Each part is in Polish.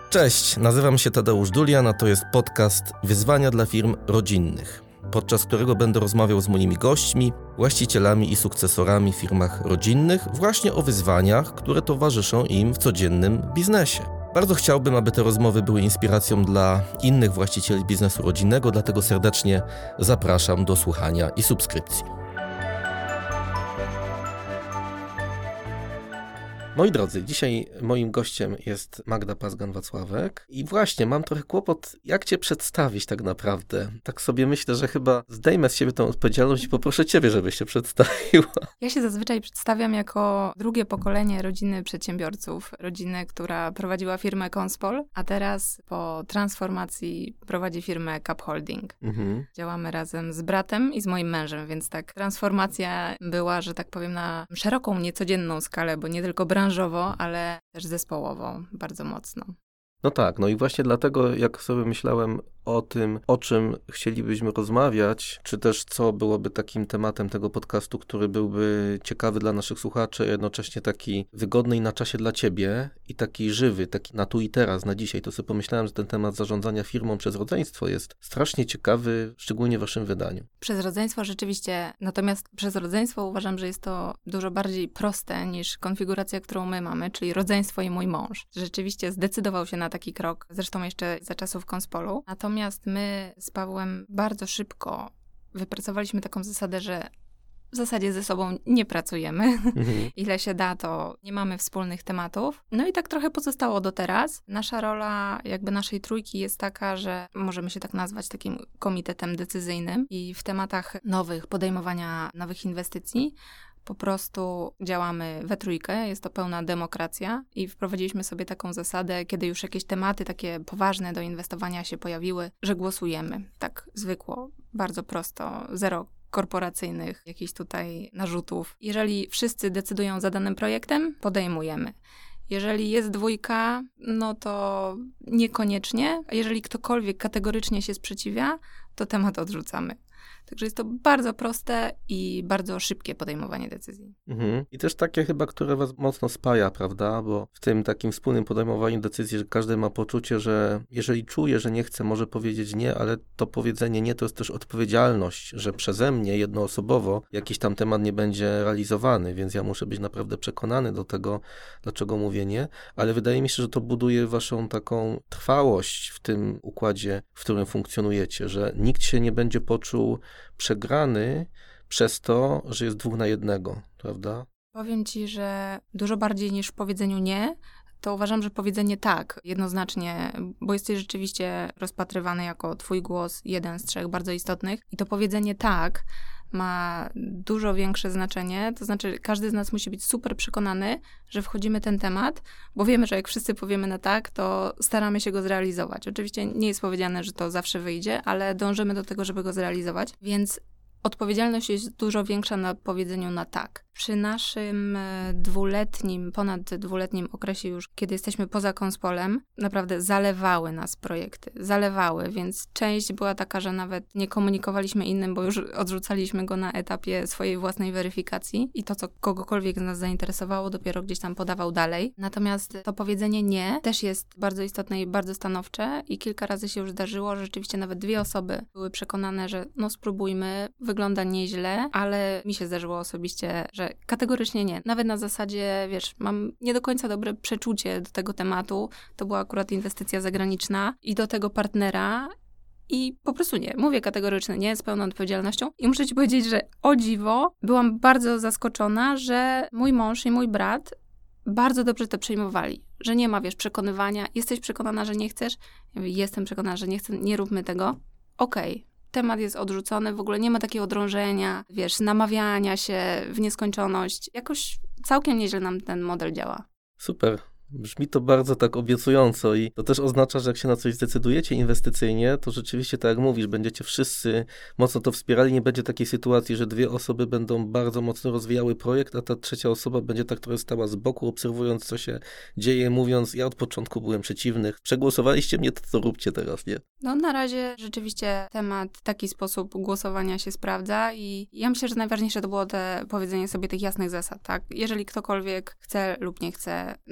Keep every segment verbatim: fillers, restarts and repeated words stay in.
Cześć, nazywam się Tadeusz Dulian, a to jest podcast Wyzwania dla firm rodzinnych, podczas którego będę rozmawiał z moimi gośćmi, właścicielami i sukcesorami w firmach rodzinnych właśnie o wyzwaniach, które towarzyszą im w codziennym biznesie. Bardzo chciałbym, aby te rozmowy były inspiracją dla innych właścicieli biznesu rodzinnego, dlatego serdecznie zapraszam do słuchania i subskrypcji. Moi drodzy, dzisiaj moim gościem jest Magda Pazgan-Wacławek i właśnie mam trochę kłopot, jak Cię przedstawić tak naprawdę. Tak sobie myślę, że chyba zdejmę z siebie tą odpowiedzialność i poproszę Ciebie, żebyś się przedstawiła. Ja się zazwyczaj przedstawiam jako drugie pokolenie rodziny przedsiębiorców, rodziny, która prowadziła firmę Conspol, a teraz po transformacji prowadzi firmę Cup Holding. Mhm. Działamy razem z bratem i z moim mężem, więc tak transformacja była, że tak powiem, na szeroką, niecodzienną skalę, bo nie tylko branżowo, ale też zespołowo bardzo mocno. No tak, no i właśnie dlatego, jak sobie myślałem o tym, o czym chcielibyśmy rozmawiać, czy też co byłoby takim tematem tego podcastu, który byłby ciekawy dla naszych słuchaczy, jednocześnie taki wygodny i na czasie dla Ciebie i taki żywy, taki na tu i teraz, na dzisiaj, to sobie pomyślałem, że ten temat zarządzania firmą przez rodzeństwo jest strasznie ciekawy, szczególnie w Waszym wydaniu. Przez rodzeństwo rzeczywiście, natomiast przez rodzeństwo uważam, że jest to dużo bardziej proste niż konfiguracja, którą my mamy, czyli rodzeństwo i mój mąż. Rzeczywiście zdecydował się na taki krok, zresztą jeszcze za czasów Conspolu. Natomiast my z Pawłem bardzo szybko wypracowaliśmy taką zasadę, że w zasadzie ze sobą nie pracujemy. Mhm. Ile się da, to nie mamy wspólnych tematów. No i tak trochę pozostało do teraz. Nasza rola jakby naszej trójki jest taka, że możemy się tak nazwać takim komitetem decyzyjnym i w tematach nowych, podejmowania nowych inwestycji po prostu działamy we trójkę, jest to pełna demokracja i wprowadziliśmy sobie taką zasadę, kiedy już jakieś tematy takie poważne do inwestowania się pojawiły, że głosujemy. Tak zwykło, bardzo prosto, zero korporacyjnych jakichś tutaj narzutów. Jeżeli wszyscy decydują za danym projektem, podejmujemy. Jeżeli jest dwójka, no to niekoniecznie. A jeżeli ktokolwiek kategorycznie się sprzeciwia, to temat odrzucamy. Także jest to bardzo proste i bardzo szybkie podejmowanie decyzji. Mhm. I też takie chyba, które was mocno spaja, prawda? Bo w tym takim wspólnym podejmowaniu decyzji, że każdy ma poczucie, że jeżeli czuje, że nie chce, może powiedzieć nie, ale to powiedzenie nie to jest też odpowiedzialność, że przeze mnie jednoosobowo jakiś tam temat nie będzie realizowany, więc ja muszę być naprawdę przekonany do tego, dlaczego mówię nie, ale wydaje mi się, że to buduje waszą taką trwałość w tym układzie, w którym funkcjonujecie, że nikt się nie będzie poczuł przegrany przez to, że jest dwóch na jednego, prawda? Powiem ci, że dużo bardziej niż w powiedzeniu nie, to uważam, że powiedzenie tak, jednoznacznie, bo jesteś rzeczywiście rozpatrywany jako twój głos, jeden z trzech bardzo istotnych i to powiedzenie tak ma dużo większe znaczenie, to znaczy każdy z nas musi być super przekonany, że wchodzimy w ten temat, bo wiemy, że jak wszyscy powiemy na tak, to staramy się go zrealizować. Oczywiście nie jest powiedziane, że to zawsze wyjdzie, ale dążymy do tego, żeby go zrealizować, więc odpowiedzialność jest dużo większa na powiedzeniu na tak. Przy naszym dwuletnim, ponad dwuletnim okresie już, kiedy jesteśmy poza Conspolem, naprawdę zalewały nas projekty. Zalewały, więc część była taka, że nawet nie komunikowaliśmy innym, bo już odrzucaliśmy go na etapie swojej własnej weryfikacji i to, co kogokolwiek z nas zainteresowało, dopiero gdzieś tam podawał dalej. Natomiast to powiedzenie nie też jest bardzo istotne i bardzo stanowcze i kilka razy się już zdarzyło, że rzeczywiście nawet dwie osoby były przekonane, że no spróbujmy, wygląda nieźle, ale mi się zdarzyło osobiście, że kategorycznie nie. Nawet na zasadzie, wiesz, mam nie do końca dobre przeczucie do tego tematu. To była akurat inwestycja zagraniczna i do tego partnera i po prostu nie. Mówię kategorycznie nie, z pełną odpowiedzialnością. I muszę ci powiedzieć, że o dziwo byłam bardzo zaskoczona, że mój mąż i mój brat bardzo dobrze to przejmowali. Że nie ma, wiesz, przekonywania. Jesteś przekonana, że nie chcesz? Ja mówię, jestem przekonana, że nie chcę, nie róbmy tego. Okej. Okay. Temat jest odrzucony, w ogóle nie ma takiego drążenia, wiesz, namawiania się w nieskończoność. Jakoś całkiem nieźle nam ten model działa. Super. Brzmi to bardzo tak obiecująco i to też oznacza, że jak się na coś zdecydujecie inwestycyjnie, to rzeczywiście, tak jak mówisz, będziecie wszyscy mocno to wspierali. Nie będzie takiej sytuacji, że dwie osoby będą bardzo mocno rozwijały projekt, a ta trzecia osoba będzie tak trochę stała z boku, obserwując, co się dzieje, mówiąc, ja od początku byłem przeciwny. Przegłosowaliście mnie, to co róbcie teraz, nie? No na razie rzeczywiście temat w taki sposób głosowania się sprawdza i ja myślę, że najważniejsze to było te powiedzenie sobie tych jasnych zasad, tak? Jeżeli ktokolwiek chce lub nie chce, nawet nie musi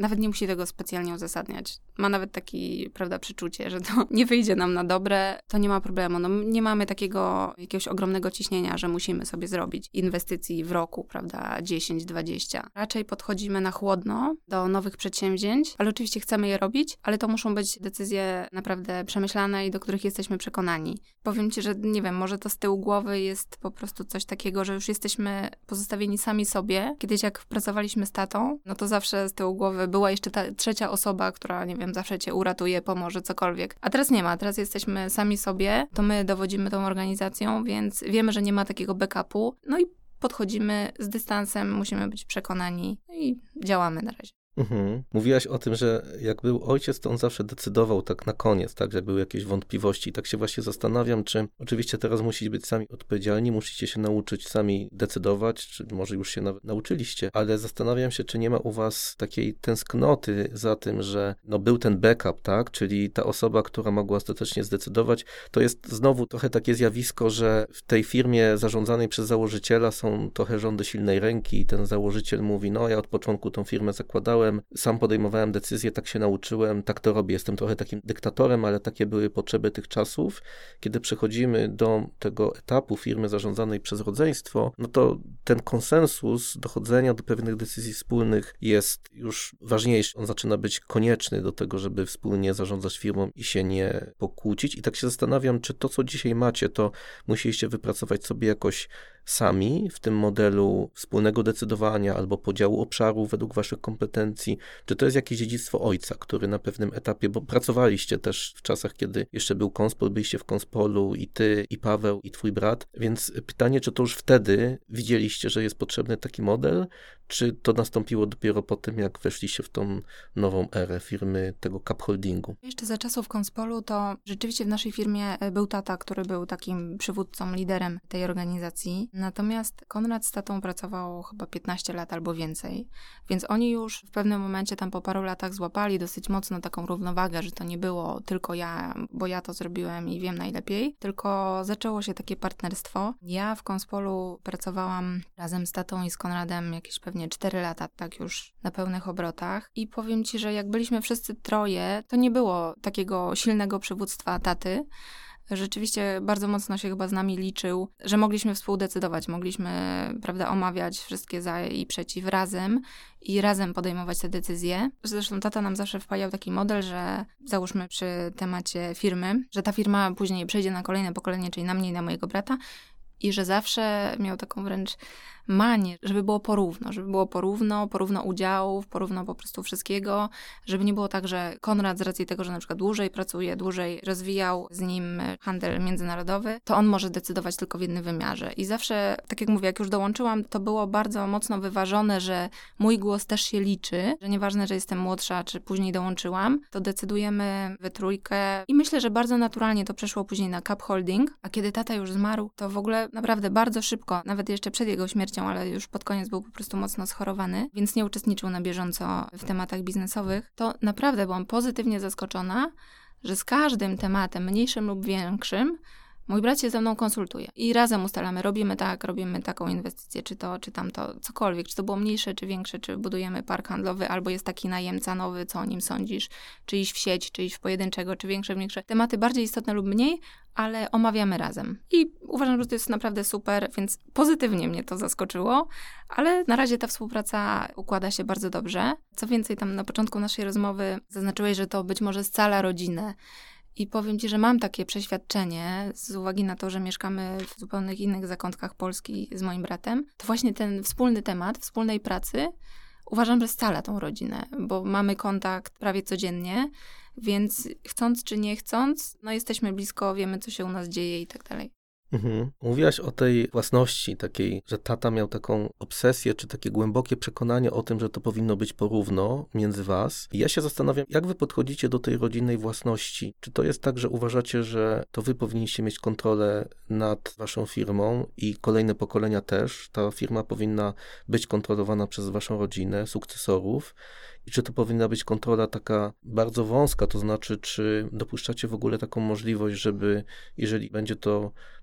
musi tego specjalnie uzasadniać. Ma nawet taki, prawda, przeczucie, że to nie wyjdzie nam na dobre, to nie ma problemu. No, nie mamy takiego jakiegoś ogromnego ciśnienia, że musimy sobie zrobić inwestycji w roku, prawda, dziesięć, dwadzieścia. Raczej podchodzimy na chłodno do nowych przedsięwzięć, ale oczywiście chcemy je robić, ale to muszą być decyzje naprawdę przemyślane i do których jesteśmy przekonani. Powiem ci, że nie wiem, może to z tyłu głowy jest po prostu coś takiego, że już jesteśmy pozostawieni sami sobie. Kiedyś jak pracowaliśmy z tatą, no to zawsze z tyłu głowy była jeszcze ta trzecia osoba, która, nie wiem, zawsze cię uratuje, pomoże, cokolwiek. A teraz nie ma, teraz jesteśmy sami sobie, to my dowodzimy tą organizacją, więc wiemy, że nie ma takiego backupu, no i podchodzimy z dystansem, musimy być przekonani no i działamy na razie. Mhm. Mówiłaś o tym, że jak był ojciec, to on zawsze decydował tak na koniec, tak, jak były jakieś wątpliwości. Tak się właśnie zastanawiam, czy oczywiście teraz musicie być sami odpowiedzialni, musicie się nauczyć sami decydować, czy może już się nawet nauczyliście, ale zastanawiam się, czy nie ma u was takiej tęsknoty za tym, że no był ten backup, tak, czyli ta osoba, która mogła ostatecznie zdecydować. To jest znowu trochę takie zjawisko, że w tej firmie zarządzanej przez założyciela są trochę rządy silnej ręki i ten założyciel mówi, no ja od początku tą firmę zakładałem, sam podejmowałem decyzje, tak się nauczyłem, tak to robię. Jestem trochę takim dyktatorem, ale takie były potrzeby tych czasów. Kiedy przechodzimy do tego etapu firmy zarządzanej przez rodzeństwo, no to ten konsensus dochodzenia do pewnych decyzji wspólnych jest już ważniejszy. On zaczyna być konieczny do tego, żeby wspólnie zarządzać firmą i się nie pokłócić. I tak się zastanawiam, czy to, co dzisiaj macie, to musieliście wypracować sobie jakoś sami w tym modelu wspólnego decydowania albo podziału obszarów według waszych kompetencji, czy to jest jakieś dziedzictwo ojca, który na pewnym etapie, bo pracowaliście też w czasach, kiedy jeszcze był Konspol, byliście w Konspolu i ty, i Paweł, i twój brat, więc pytanie, czy to już wtedy widzieliście, że jest potrzebny taki model, czy to nastąpiło dopiero po tym, jak weszliście w tą nową erę firmy tego Cup Holdingu? Jeszcze za czasów Konspolu to rzeczywiście w naszej firmie był tata, który był takim przywódcą, liderem tej organizacji. Natomiast Konrad z tatą pracował chyba piętnaście lat albo więcej, więc oni już w pewnym momencie tam po paru latach złapali dosyć mocno taką równowagę, że to nie było tylko ja, bo ja to zrobiłem i wiem najlepiej, tylko zaczęło się takie partnerstwo. Ja w Konspolu pracowałam razem z tatą i z Konradem jakieś pewnie cztery lata, tak już na pełnych obrotach i powiem ci, że jak byliśmy wszyscy troje, to nie było takiego silnego przywództwa taty. Rzeczywiście bardzo mocno się chyba z nami liczył, że mogliśmy współdecydować, mogliśmy, prawda, omawiać wszystkie za i przeciw razem i razem podejmować te decyzje. Zresztą tata nam zawsze wpajał taki model, że załóżmy przy temacie firmy, że ta firma później przejdzie na kolejne pokolenie, czyli na mnie i na mojego brata i że zawsze miał taką wręcz manię, żeby było porówno, żeby było porówno, porówno udziałów, porówno po prostu wszystkiego, żeby nie było tak, że Konrad z racji tego, że na przykład dłużej pracuje, dłużej rozwijał z nim handel międzynarodowy, to on może decydować tylko w jednym wymiarze. I zawsze, tak jak mówię, jak już dołączyłam, to było bardzo mocno wyważone, że mój głos też się liczy, że nieważne, że jestem młodsza, czy później dołączyłam, to decydujemy we trójkę i myślę, że bardzo naturalnie to przeszło później na Cup Holding, a kiedy tata już zmarł, to w ogóle naprawdę bardzo szybko, nawet jeszcze przed jego śmiercią, ale już pod koniec był po prostu mocno schorowany, więc nie uczestniczył na bieżąco w tematach biznesowych, to naprawdę byłam pozytywnie zaskoczona, że z każdym tematem, mniejszym lub większym, mój brat się ze mną konsultuje i razem ustalamy, robimy tak, robimy taką inwestycję, czy to, czy tamto, cokolwiek, czy to było mniejsze, czy większe, czy budujemy park handlowy, albo jest taki najemca nowy, co o nim sądzisz, czy iść w sieć, czy iść w pojedynczego, czy większe, większe. Tematy bardziej istotne lub mniej, ale omawiamy razem. I uważam, że to jest naprawdę super, więc pozytywnie mnie to zaskoczyło, ale na razie ta współpraca układa się bardzo dobrze. Co więcej, tam na początku naszej rozmowy zaznaczyłeś, że to być może scala rodzinę. I powiem ci, że mam takie przeświadczenie, z uwagi na to, że mieszkamy w zupełnie innych zakątkach Polski z moim bratem, to właśnie ten wspólny temat, wspólnej pracy, uważam, że scala tą rodzinę, bo mamy kontakt prawie codziennie, więc chcąc czy nie chcąc, no jesteśmy blisko, wiemy, co się u nas dzieje i tak dalej. Mhm. Mówiłaś o tej własności takiej, że tata miał taką obsesję, czy takie głębokie przekonanie o tym, że to powinno być porówno między was. I ja się zastanawiam, jak wy podchodzicie do tej rodzinnej własności? Czy to jest tak, że uważacie, że to wy powinniście mieć kontrolę nad waszą firmą i kolejne pokolenia też? Ta firma powinna być kontrolowana przez waszą rodzinę, sukcesorów? I czy to powinna być kontrola taka bardzo wąska, to znaczy, czy dopuszczacie w ogóle taką możliwość, żeby, jeżeli będzie to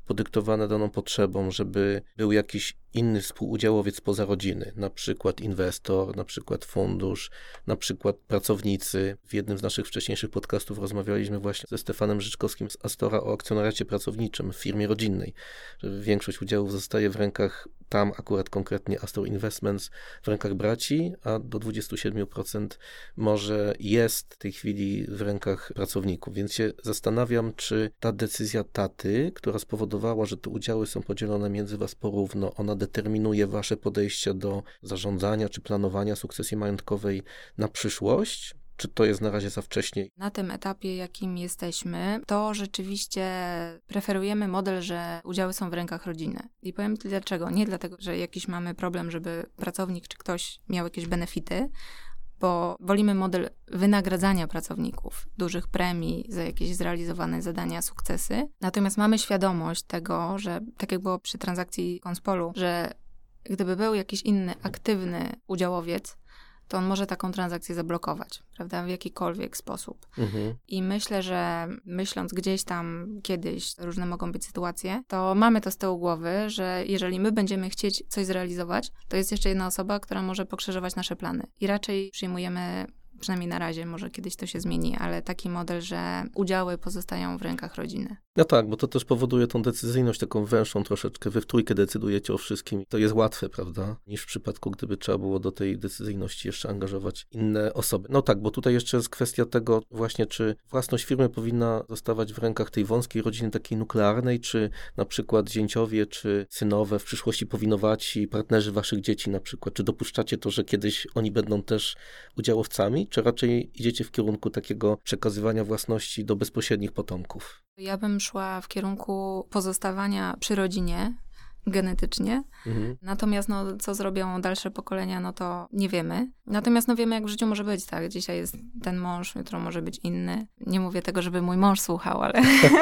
podyktowane daną potrzebą, żeby był jakiś inny współudziałowiec spoza rodziny, na przykład inwestor, na przykład fundusz, na przykład pracownicy. W jednym z naszych wcześniejszych podcastów rozmawialiśmy właśnie ze Stefanem Życzkowskim z Astora o akcjonariacie pracowniczym w firmie rodzinnej. Większość udziałów zostaje w rękach tam akurat konkretnie Astor Investments, w rękach braci, a do dwadzieścia siedem procent może jest w tej chwili w rękach pracowników. Więc się zastanawiam, czy ta decyzja taty, która spowodowała, że te udziały są podzielone między was porówno, ona determinuje wasze podejście do zarządzania czy planowania sukcesji majątkowej na przyszłość? Czy to jest na razie za wcześnie? Na tym etapie, jakim jesteśmy, to rzeczywiście preferujemy model, że udziały są w rękach rodziny. I powiem dlaczego. Nie dlatego, że jakiś mamy problem, żeby pracownik czy ktoś miał jakieś benefity, bo wolimy model wynagradzania pracowników, dużych premii za jakieś zrealizowane zadania, sukcesy. Natomiast mamy świadomość tego, że tak jak było przy transakcji Conspolu, że gdyby był jakiś inny, aktywny udziałowiec, to on może taką transakcję zablokować, prawda, w jakikolwiek sposób. Mhm. I myślę, że myśląc gdzieś tam kiedyś, różne mogą być sytuacje, to mamy to z tyłu głowy, że jeżeli my będziemy chcieć coś zrealizować, to jest jeszcze jedna osoba, która może pokrzyżować nasze plany. I raczej przyjmujemy, przynajmniej na razie, może kiedyś to się zmieni, ale taki model, że udziały pozostają w rękach rodziny. No tak, bo to też powoduje tą decyzyjność taką węższą troszeczkę. Wy w trójkę decydujecie o wszystkim. To jest łatwe, prawda? Niż w przypadku, gdyby trzeba było do tej decyzyjności jeszcze angażować inne osoby. No tak, bo tutaj jeszcze jest kwestia tego właśnie, czy własność firmy powinna zostawać w rękach tej wąskiej rodziny takiej nuklearnej, czy na przykład zięciowie, czy synowe, w przyszłości powinowaci, partnerzy waszych dzieci na przykład. Czy dopuszczacie to, że kiedyś oni będą też udziałowcami, czy raczej idziecie w kierunku takiego przekazywania własności do bezpośrednich potomków? Ja bym szła w kierunku pozostawania przy rodzinie genetycznie. Mhm. Natomiast no, co zrobią dalsze pokolenia, no to nie wiemy. Natomiast no wiemy, jak w życiu może być, tak? Dzisiaj jest ten mąż, jutro może być inny. Nie mówię tego, żeby mój mąż słuchał, ale,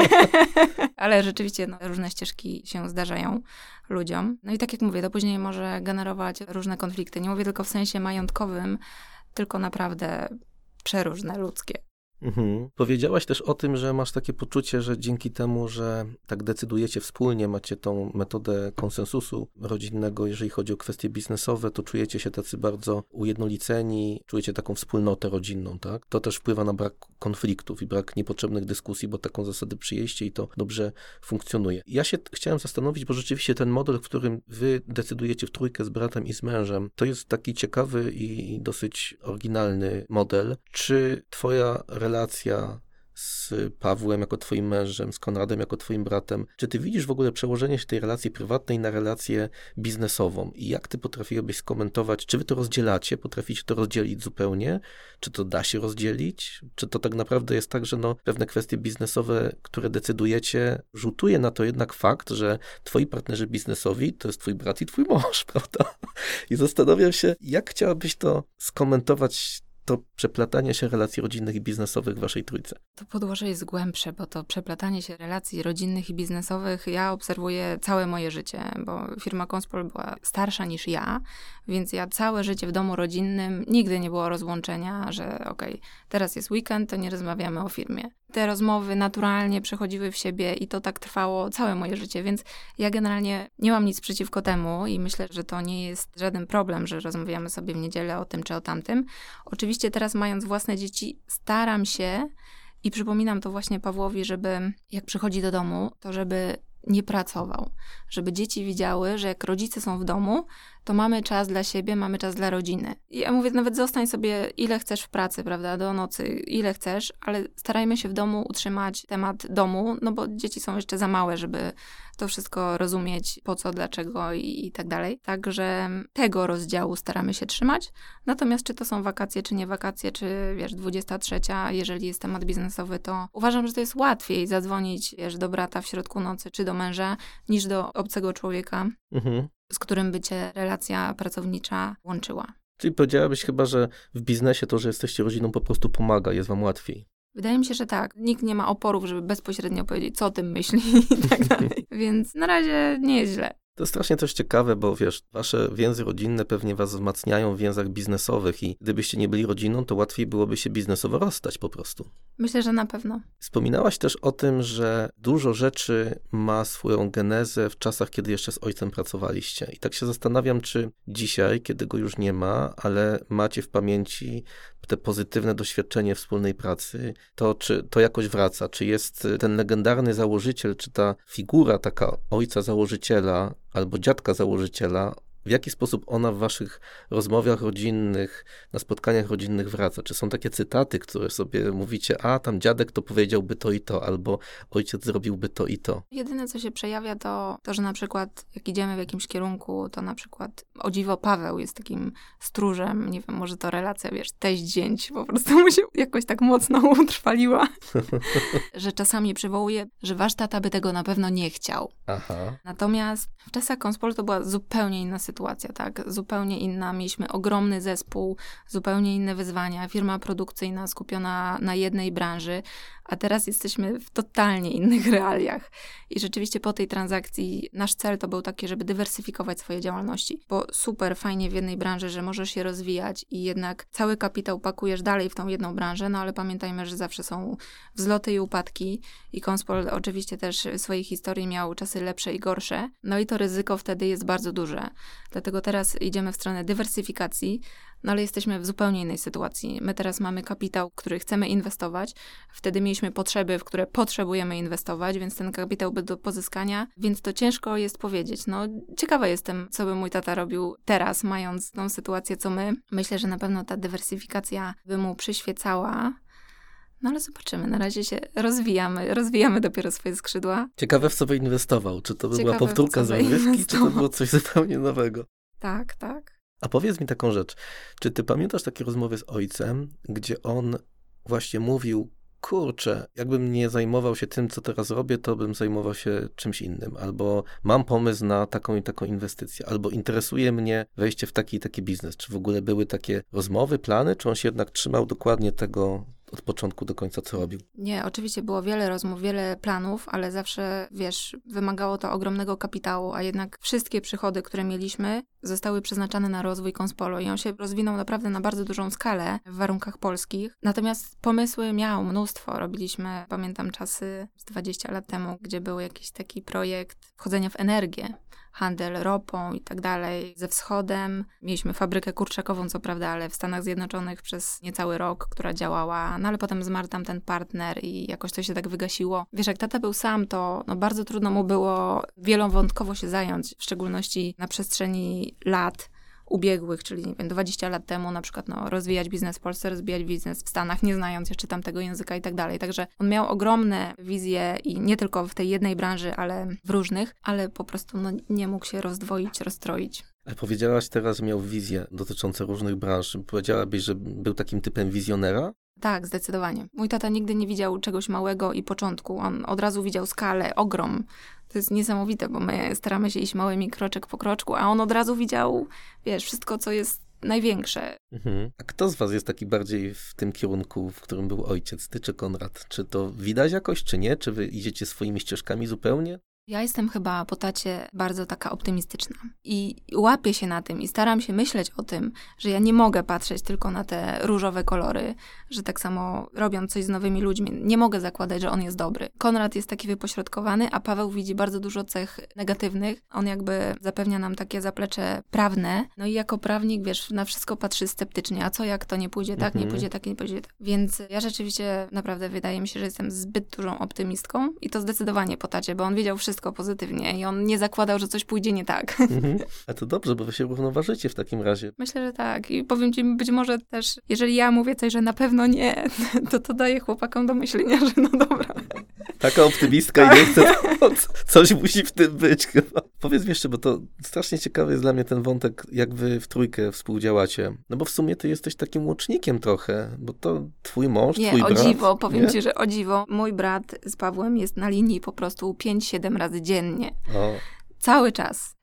ale rzeczywiście no, różne ścieżki się zdarzają ludziom. No i tak jak mówię, to później może generować różne konflikty. Nie mówię tylko w sensie majątkowym, tylko naprawdę przeróżne ludzkie. Mhm. Powiedziałaś też o tym, że masz takie poczucie, że dzięki temu, że tak decydujecie wspólnie, macie tą metodę konsensusu rodzinnego, jeżeli chodzi o kwestie biznesowe, to czujecie się tacy bardzo ujednoliceni, czujecie taką wspólnotę rodzinną, tak? To też wpływa na brak konfliktów i brak niepotrzebnych dyskusji, bo taką zasadę przyjęliście i to dobrze funkcjonuje. Ja się chciałem zastanowić, bo rzeczywiście ten model, w którym wy decydujecie w trójkę z bratem i z mężem, to jest taki ciekawy i dosyć oryginalny model. Czy twoja relacja relacja z Pawłem jako twoim mężem, z Konradem jako twoim bratem. Czy ty widzisz w ogóle przełożenie się tej relacji prywatnej na relację biznesową? I jak ty potrafiłbyś skomentować, czy wy to rozdzielacie? Potraficie to rozdzielić zupełnie? Czy to da się rozdzielić? Czy to tak naprawdę jest tak, że no, pewne kwestie biznesowe, które decydujecie, rzutuje na to jednak fakt, że twoi partnerzy biznesowi to jest twój brat i twój mąż, prawda? I zastanawiam się, jak chciałabyś to skomentować, to przeplatanie się relacji rodzinnych i biznesowych w waszej trójce? To podłoże jest głębsze, bo to przeplatanie się relacji rodzinnych i biznesowych ja obserwuję całe moje życie, bo firma Conspol była starsza niż ja, więc ja całe życie w domu rodzinnym nigdy nie było rozłączenia, że okej, okay, teraz jest weekend, to nie rozmawiamy o firmie. Te rozmowy naturalnie przechodziły w siebie i to tak trwało całe moje życie, więc ja generalnie nie mam nic przeciwko temu i myślę, że to nie jest żaden problem, że rozmawiamy sobie w niedzielę o tym czy o tamtym. Oczywiście teraz mając własne dzieci staram się i przypominam to właśnie Pawłowi, żeby jak przychodzi do domu, to żeby nie pracował. Żeby dzieci widziały, że jak rodzice są w domu, to mamy czas dla siebie, mamy czas dla rodziny. I ja mówię, nawet zostań sobie ile chcesz w pracy, prawda, do nocy, ile chcesz, ale starajmy się w domu utrzymać temat domu, no bo dzieci są jeszcze za małe, żeby to wszystko rozumieć, po co, dlaczego i, i tak dalej. Także tego rozdziału staramy się trzymać. Natomiast czy to są wakacje, czy nie wakacje, czy wiesz, dwudziesta trzecia, jeżeli jest temat biznesowy, to uważam, że to jest łatwiej zadzwonić, wiesz, do brata w środku nocy, czy do męża, niż do obcego człowieka, mhm. z którym by cię relacja pracownicza łączyła. Czyli powiedziałabyś chyba, że w biznesie to, że jesteście rodziną, po prostu pomaga, jest wam łatwiej. Wydaje mi się, że tak. Nikt nie ma oporów, żeby bezpośrednio powiedzieć, co o tym myśli i tak dalej. Więc na razie nie jest źle. To strasznie też ciekawe, bo wiesz, wasze więzy rodzinne pewnie was wzmacniają w więzach biznesowych i gdybyście nie byli rodziną, to łatwiej byłoby się biznesowo rozstać po prostu. Myślę, że na pewno. Wspominałaś też o tym, że dużo rzeczy ma swoją genezę w czasach, kiedy jeszcze z ojcem pracowaliście. I tak się zastanawiam, czy dzisiaj, kiedy go już nie ma, ale macie w pamięci te pozytywne doświadczenie wspólnej pracy, to czy to jakoś wraca? Czy jest ten legendarny założyciel, czy ta figura taka ojca założyciela albo dziadka założyciela, w jaki sposób ona w waszych rozmowach rodzinnych, na spotkaniach rodzinnych wraca? Czy są takie cytaty, które sobie mówicie, a tam dziadek to powiedziałby to i to, albo ojciec zrobiłby to i to? Jedyne, co się przejawia, to to, że na przykład jak idziemy w jakimś kierunku, to na przykład o dziwo Paweł jest takim stróżem, nie wiem, może to relacja, wiesz, teść-zięć po prostu mu się jakoś tak mocno utrwaliła, że czasami przywołuje, że wasz tata by tego na pewno nie chciał. Aha. Natomiast w czasach Konspol to była zupełnie inna sytuacja, tak? Zupełnie inna. Mieliśmy ogromny zespół, zupełnie inne wyzwania, firma produkcyjna skupiona na jednej branży, a teraz jesteśmy w totalnie innych realiach. I rzeczywiście po tej transakcji nasz cel to był taki, żeby dywersyfikować swoje działalności, bo super fajnie w jednej branży, że możesz się rozwijać i jednak cały kapitał pakujesz dalej w tą jedną branżę, no ale pamiętajmy, że zawsze są wzloty i upadki i Konspol oczywiście też w swojej historii miał czasy lepsze i gorsze, no i to ryzyko wtedy jest bardzo duże. Dlatego teraz idziemy w stronę dywersyfikacji, no ale jesteśmy w zupełnie innej sytuacji. My teraz mamy kapitał, w który chcemy inwestować. Wtedy mieliśmy potrzeby, w które potrzebujemy inwestować, więc ten kapitał był do pozyskania, więc to ciężko jest powiedzieć. No, ciekawa jestem, co by mój tata robił teraz, mając tą sytuację, co my. Myślę, że na pewno ta dywersyfikacja by mu przyświecała. No ale zobaczymy, na razie się rozwijamy, rozwijamy dopiero swoje skrzydła. Ciekawe, w co by inwestował. Czy to by Ciekawe, była powtórka w co by zrywki, czy to inwestował. było coś zupełnie nowego? Tak, tak. A powiedz mi taką rzecz, czy ty pamiętasz takie rozmowy z ojcem, gdzie on właśnie mówił, kurczę, jakbym nie zajmował się tym, co teraz robię, to bym zajmował się czymś innym, albo mam pomysł na taką i taką inwestycję, albo interesuje mnie wejście w taki i taki biznes. Czy w ogóle były takie rozmowy, plany, czy on się jednak trzymał dokładnie tego od początku do końca, co robił? Nie, oczywiście było wiele rozmów, wiele planów, ale zawsze, wiesz, wymagało to ogromnego kapitału, a jednak wszystkie przychody, które mieliśmy, zostały przeznaczane na rozwój Konspolo i on się rozwinął naprawdę na bardzo dużą skalę w warunkach polskich. Natomiast pomysły miał mnóstwo. Robiliśmy, pamiętam czasy z dwadzieścia lat temu, gdzie był jakiś taki projekt wchodzenia w energię, handel ropą i tak dalej, ze wschodem. Mieliśmy fabrykę kurczakową, co prawda, ale w Stanach Zjednoczonych przez niecały rok, która działała, no ale potem zmarł tam ten partner i jakoś to się tak wygasiło. Wiesz, jak tata był sam, to no, bardzo trudno mu było wielowątkowo się zająć, w szczególności na przestrzeni lat ubiegłych, czyli nie wiem, dwadzieścia lat temu na przykład no, rozwijać biznes w Polsce, rozwijać biznes w Stanach, nie znając jeszcze tamtego języka i tak dalej. Także on miał ogromne wizje i nie tylko w tej jednej branży, ale w różnych, ale po prostu no, nie mógł się rozdwoić, rozstroić. Ale powiedziałaś teraz, że miał wizje dotyczące różnych branż. Powiedziałabyś, że był takim typem wizjonera? Tak, zdecydowanie. Mój tata nigdy nie widział czegoś małego i początku. On od razu widział skalę, ogrom. To jest niesamowite, bo my staramy się iść małymi kroczek po kroczku, a on od razu widział, wiesz, wszystko, co jest największe. Mhm. A kto z was jest taki bardziej w tym kierunku, w którym był ojciec, ty czy Konrad? Czy to widać jakoś, czy nie? Czy wy idziecie swoimi ścieżkami zupełnie? Ja jestem chyba po tacie bardzo taka optymistyczna i łapię się na tym i staram się myśleć o tym, że ja nie mogę patrzeć tylko na te różowe kolory, że tak samo robiąc coś z nowymi ludźmi, nie mogę zakładać, że on jest dobry. Konrad jest taki wypośrodkowany, a Paweł widzi bardzo dużo cech negatywnych. On jakby zapewnia nam takie zaplecze prawne, no i jako prawnik, wiesz, na wszystko patrzy sceptycznie, a co jak to nie pójdzie tak, Mhm. nie pójdzie tak, nie pójdzie tak. Więc ja rzeczywiście naprawdę wydaje mi się, że jestem zbyt dużą optymistką i to zdecydowanie po tacie, bo on wiedział wszystko pozytywnie i on nie zakładał, że coś pójdzie nie tak. Mhm. A to dobrze, bo wy się równoważycie w takim razie. Myślę, że tak. I powiem ci, być może też, jeżeli ja mówię coś, że na pewno nie, to to daje chłopakom do myślenia, że no dobra. Taka optymistka i nie chce, to coś musi w tym być chyba. Powiedz mi jeszcze, bo to strasznie ciekawy jest dla mnie ten wątek, jak wy w trójkę współdziałacie. No bo w sumie ty jesteś takim łącznikiem trochę, bo to twój mąż, Nie, twój o brat. dziwo, powiem nie? ci, że o dziwo. Mój brat z Pawłem jest na linii po prostu pięć siedem razy dziennie. O. Cały czas.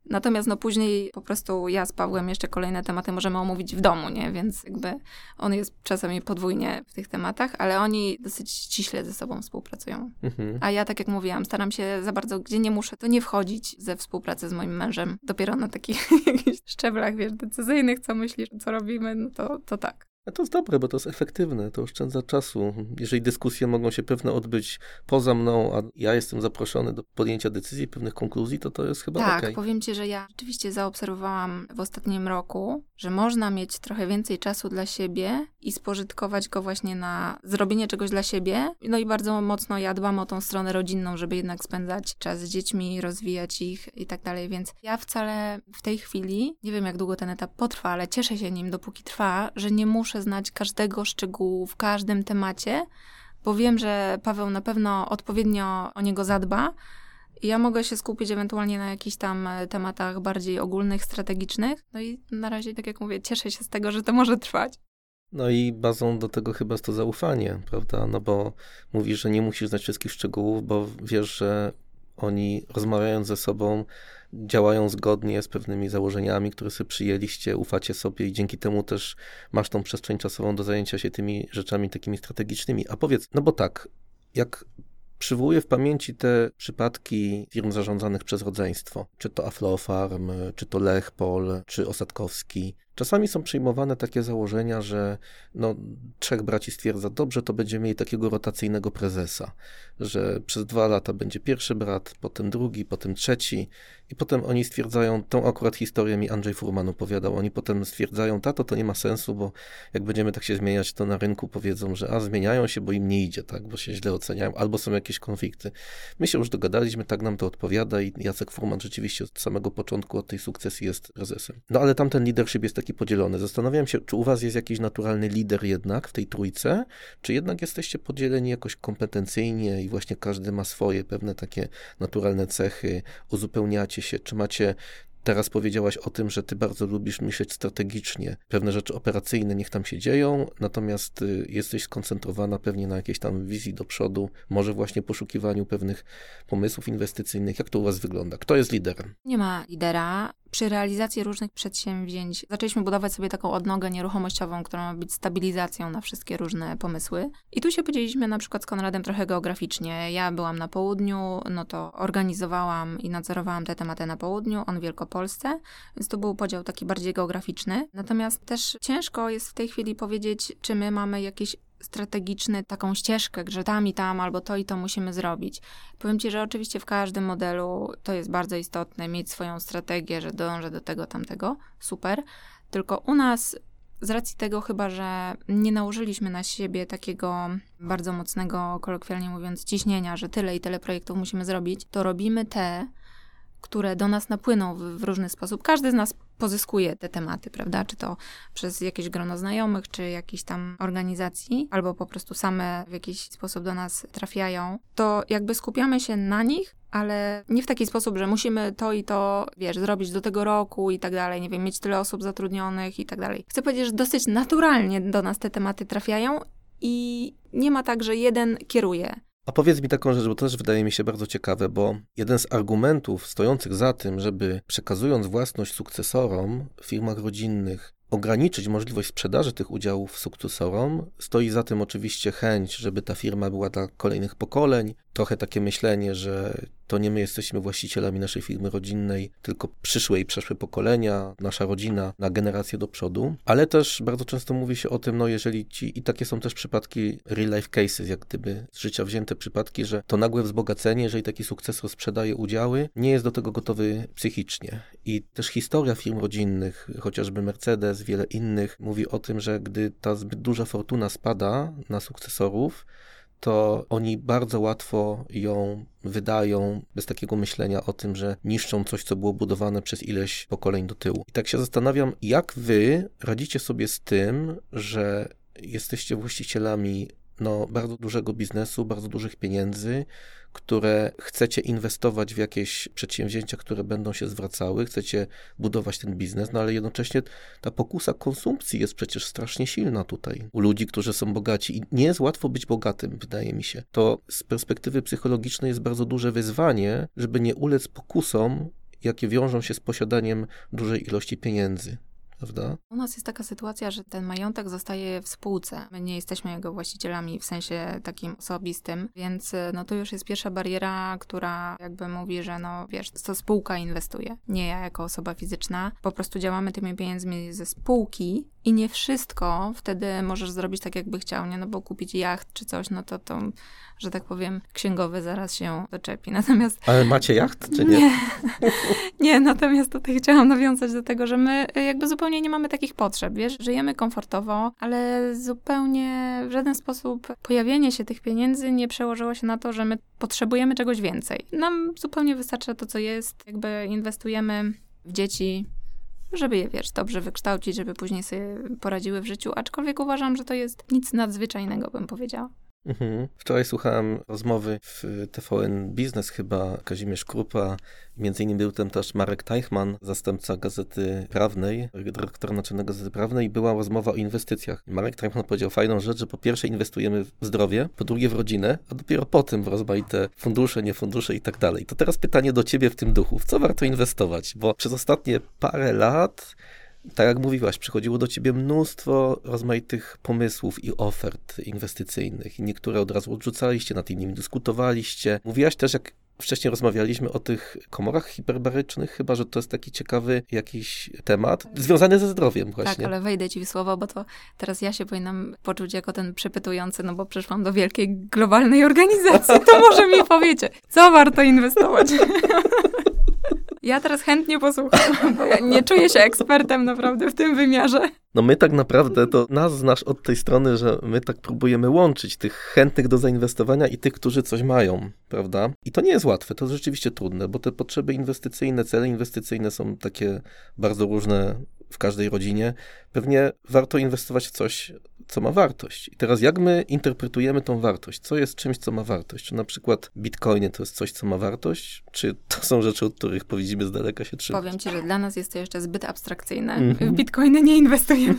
Natomiast no później po prostu ja z Pawłem jeszcze kolejne tematy możemy omówić w domu, nie? Więc jakby on jest czasami podwójnie w tych tematach, ale oni dosyć ściśle ze sobą współpracują. Mhm. A ja, tak jak mówiłam, staram się za bardzo, gdzie nie muszę, to nie wchodzić ze współpracy z moim mężem. Dopiero na takich jakichś szczeblach, wiesz, decyzyjnych, co myślisz, co robimy, no to, to tak. A to jest dobre, bo to jest efektywne, to oszczędza czasu. Jeżeli dyskusje mogą się pewne odbyć poza mną, a ja jestem zaproszony do podjęcia decyzji, pewnych konkluzji, to to jest chyba okej. Tak, okay. Powiem ci, że ja rzeczywiście zaobserwowałam w ostatnim roku, że można mieć trochę więcej czasu dla siebie i spożytkować go właśnie na zrobienie czegoś dla siebie. No i bardzo mocno ja dbam o tą stronę rodzinną, żeby jednak spędzać czas z dziećmi, rozwijać ich i tak dalej, więc ja wcale w tej chwili, nie wiem jak długo ten etap potrwa, ale cieszę się nim, dopóki trwa, że nie muszę znać każdego szczegółu w każdym temacie, bo wiem, że Paweł na pewno odpowiednio o niego zadba i ja mogę się skupić ewentualnie na jakichś tam tematach bardziej ogólnych, strategicznych. No i na razie, tak jak mówię, cieszę się z tego, że to może trwać. No i bazą do tego chyba jest to zaufanie, prawda? No bo mówisz, że nie musisz znać wszystkich szczegółów, bo wiesz, że oni rozmawiając ze sobą działają zgodnie z pewnymi założeniami, które sobie przyjęliście, ufacie sobie i dzięki temu też masz tą przestrzeń czasową do zajęcia się tymi rzeczami takimi strategicznymi. A powiedz, no bo tak, jak przywołuję w pamięci te przypadki firm zarządzanych przez rodzeństwo, czy to Aflofarm, czy to Lechpol, czy Osadkowski. Czasami są przyjmowane takie założenia, że no, trzech braci stwierdza, dobrze, to będziemy mieli takiego rotacyjnego prezesa, że przez dwa lata będzie pierwszy brat, potem drugi, potem trzeci i potem oni stwierdzają, tą akurat historię mi Andrzej Furman opowiadał, oni potem stwierdzają, tato, to nie ma sensu, bo jak będziemy tak się zmieniać, to na rynku powiedzą, że a zmieniają się, bo im nie idzie, tak, bo się źle oceniają, albo są jakieś konflikty. My się już dogadaliśmy, tak nam to odpowiada i Jacek Furman rzeczywiście od samego początku, od tej sukcesji jest prezesem. No ale tamten leadership jest taki podzielony. Zastanawiam się, czy u was jest jakiś naturalny lider jednak w tej trójce, czy jednak jesteście podzieleni jakoś kompetencyjnie i właśnie każdy ma swoje pewne takie naturalne cechy, uzupełniacie się, czy macie. Teraz powiedziałaś o tym, że ty bardzo lubisz myśleć strategicznie. Pewne rzeczy operacyjne niech tam się dzieją, natomiast y, jesteś skoncentrowana pewnie na jakiejś tam wizji do przodu, może właśnie poszukiwaniu pewnych pomysłów inwestycyjnych. Jak to u was wygląda? Kto jest liderem? Nie ma lidera. Przy realizacji różnych przedsięwzięć zaczęliśmy budować sobie taką odnogę nieruchomościową, która ma być stabilizacją na wszystkie różne pomysły. I tu się podzieliliśmy na przykład z Konradem trochę geograficznie. Ja byłam na południu, no to organizowałam i nadzorowałam te tematy na południu, on w Wielkopolsce, więc tu był podział taki bardziej geograficzny. Natomiast też ciężko jest w tej chwili powiedzieć, czy my mamy jakieś strategiczny, taką ścieżkę, że tam i tam, albo to i to musimy zrobić. Powiem ci, że oczywiście w każdym modelu to jest bardzo istotne, mieć swoją strategię, że dążę do tego, tamtego, super. Tylko u nas z racji tego chyba, że nie nałożyliśmy na siebie takiego bardzo mocnego, kolokwialnie mówiąc, ciśnienia, że tyle i tyle projektów musimy zrobić, to robimy te, które do nas napłyną w, w różny sposób. Każdy z nas pozyskuje te tematy, prawda? Czy to przez jakieś grono znajomych, czy jakiejś tam organizacji, albo po prostu same w jakiś sposób do nas trafiają. To jakby skupiamy się na nich, ale nie w taki sposób, że musimy to i to, wiesz, zrobić do tego roku i tak dalej, nie wiem, mieć tyle osób zatrudnionych i tak dalej. Chcę powiedzieć, że dosyć naturalnie do nas te tematy trafiają i nie ma tak, że jeden kieruje. A powiedz mi taką rzecz, bo to też wydaje mi się bardzo ciekawe, bo jeden z argumentów stojących za tym, żeby przekazując własność sukcesorom w firmach rodzinnych, ograniczyć możliwość sprzedaży tych udziałów sukcesorom, stoi za tym oczywiście chęć, żeby ta firma była dla kolejnych pokoleń, trochę takie myślenie, że to nie my jesteśmy właścicielami naszej firmy rodzinnej, tylko przyszłe i przeszłe pokolenia, nasza rodzina na generację do przodu, ale też bardzo często mówi się o tym, no jeżeli ci, i takie są też przypadki real life cases, jak gdyby z życia wzięte przypadki, że to nagłe wzbogacenie, jeżeli taki sukcesor sprzedaje udziały, nie jest do tego gotowy psychicznie. I też historia firm rodzinnych, chociażby Mercedes, wiele innych, mówi o tym, że gdy ta zbyt duża fortuna spada na sukcesorów, to oni bardzo łatwo ją wydają bez takiego myślenia o tym, że niszczą coś, co było budowane przez ileś pokoleń do tyłu. I tak się zastanawiam, jak wy radzicie sobie z tym, że jesteście właścicielami no, bardzo dużego biznesu, bardzo dużych pieniędzy, które chcecie inwestować w jakieś przedsięwzięcia, które będą się zwracały, chcecie budować ten biznes, no ale jednocześnie ta pokusa konsumpcji jest przecież strasznie silna tutaj u ludzi, którzy są bogaci i nie jest łatwo być bogatym, wydaje mi się. To z perspektywy psychologicznej jest bardzo duże wyzwanie, żeby nie ulec pokusom jakie wiążą się z posiadaniem dużej ilości pieniędzy. Prawda? U nas jest taka sytuacja, że ten majątek zostaje w spółce. My nie jesteśmy jego właścicielami w sensie takim osobistym, więc no to już jest pierwsza bariera, która jakby mówi, że no wiesz, to spółka inwestuje, nie ja jako osoba fizyczna. Po prostu działamy tymi pieniędzmi ze spółki i nie wszystko wtedy możesz zrobić tak, jakby chciał, nie? No bo kupić jacht czy coś, no to to, że tak powiem, księgowy zaraz się doczepi. Natomiast... Ale macie jacht, czy nie? Nie, nie, natomiast tutaj chciałam nawiązać do tego, że my jakby zupełnie nie mamy takich potrzeb, wiesz? Żyjemy komfortowo, ale zupełnie w żaden sposób pojawienie się tych pieniędzy nie przełożyło się na to, że my potrzebujemy czegoś więcej. Nam zupełnie wystarcza to, co jest. Jakby inwestujemy w dzieci, żeby je, wiesz, dobrze wykształcić, żeby później sobie poradziły w życiu, aczkolwiek uważam, że to jest nic nadzwyczajnego, bym powiedziała. Mhm. Wczoraj słuchałem rozmowy w T V N Biznes chyba, Kazimierz Krupa, między innymi był tam też Marek Teichmann, zastępca Gazety Prawnej, dyrektor naczelnego Gazety Prawnej i była rozmowa o inwestycjach. Marek Teichmann powiedział fajną rzecz, że po pierwsze inwestujemy w zdrowie, po drugie w rodzinę, a dopiero potem w rozmaite fundusze, niefundusze i tak dalej. To teraz pytanie do ciebie w tym duchu, w co warto inwestować? Bo przez ostatnie parę lat, tak jak mówiłaś, przychodziło do ciebie mnóstwo rozmaitych pomysłów i ofert inwestycyjnych i niektóre od razu odrzucaliście, nad innymi dyskutowaliście. Mówiłaś też, jak wcześniej rozmawialiśmy o tych komorach hiperbarycznych, chyba, że to jest taki ciekawy jakiś temat, związany ze zdrowiem właśnie. Tak, ale wejdę ci w słowo, bo to teraz ja się powinnam poczuć jako ten przepytujący, no bo przyszłam do wielkiej, globalnej organizacji, to może mi powiecie, co warto inwestować? Ja teraz chętnie posłucham, bo ja nie czuję się ekspertem naprawdę w tym wymiarze. No my tak naprawdę, to nas znasz od tej strony, że my tak próbujemy łączyć tych chętnych do zainwestowania i tych, którzy coś mają, prawda? I to nie jest łatwe, to jest rzeczywiście trudne, bo te potrzeby inwestycyjne, cele inwestycyjne są takie bardzo różne w każdej rodzinie. Pewnie warto inwestować w coś, co ma wartość. I teraz jak my interpretujemy tą wartość? Co jest czymś, co ma wartość? Czy na przykład bitcoiny to jest coś, co ma wartość? Czy to są rzeczy, od których powinniśmy z daleka się trzymać? Powiem ci, że dla nas jest to jeszcze zbyt abstrakcyjne. Mm-hmm. W bitcoiny nie inwestujemy.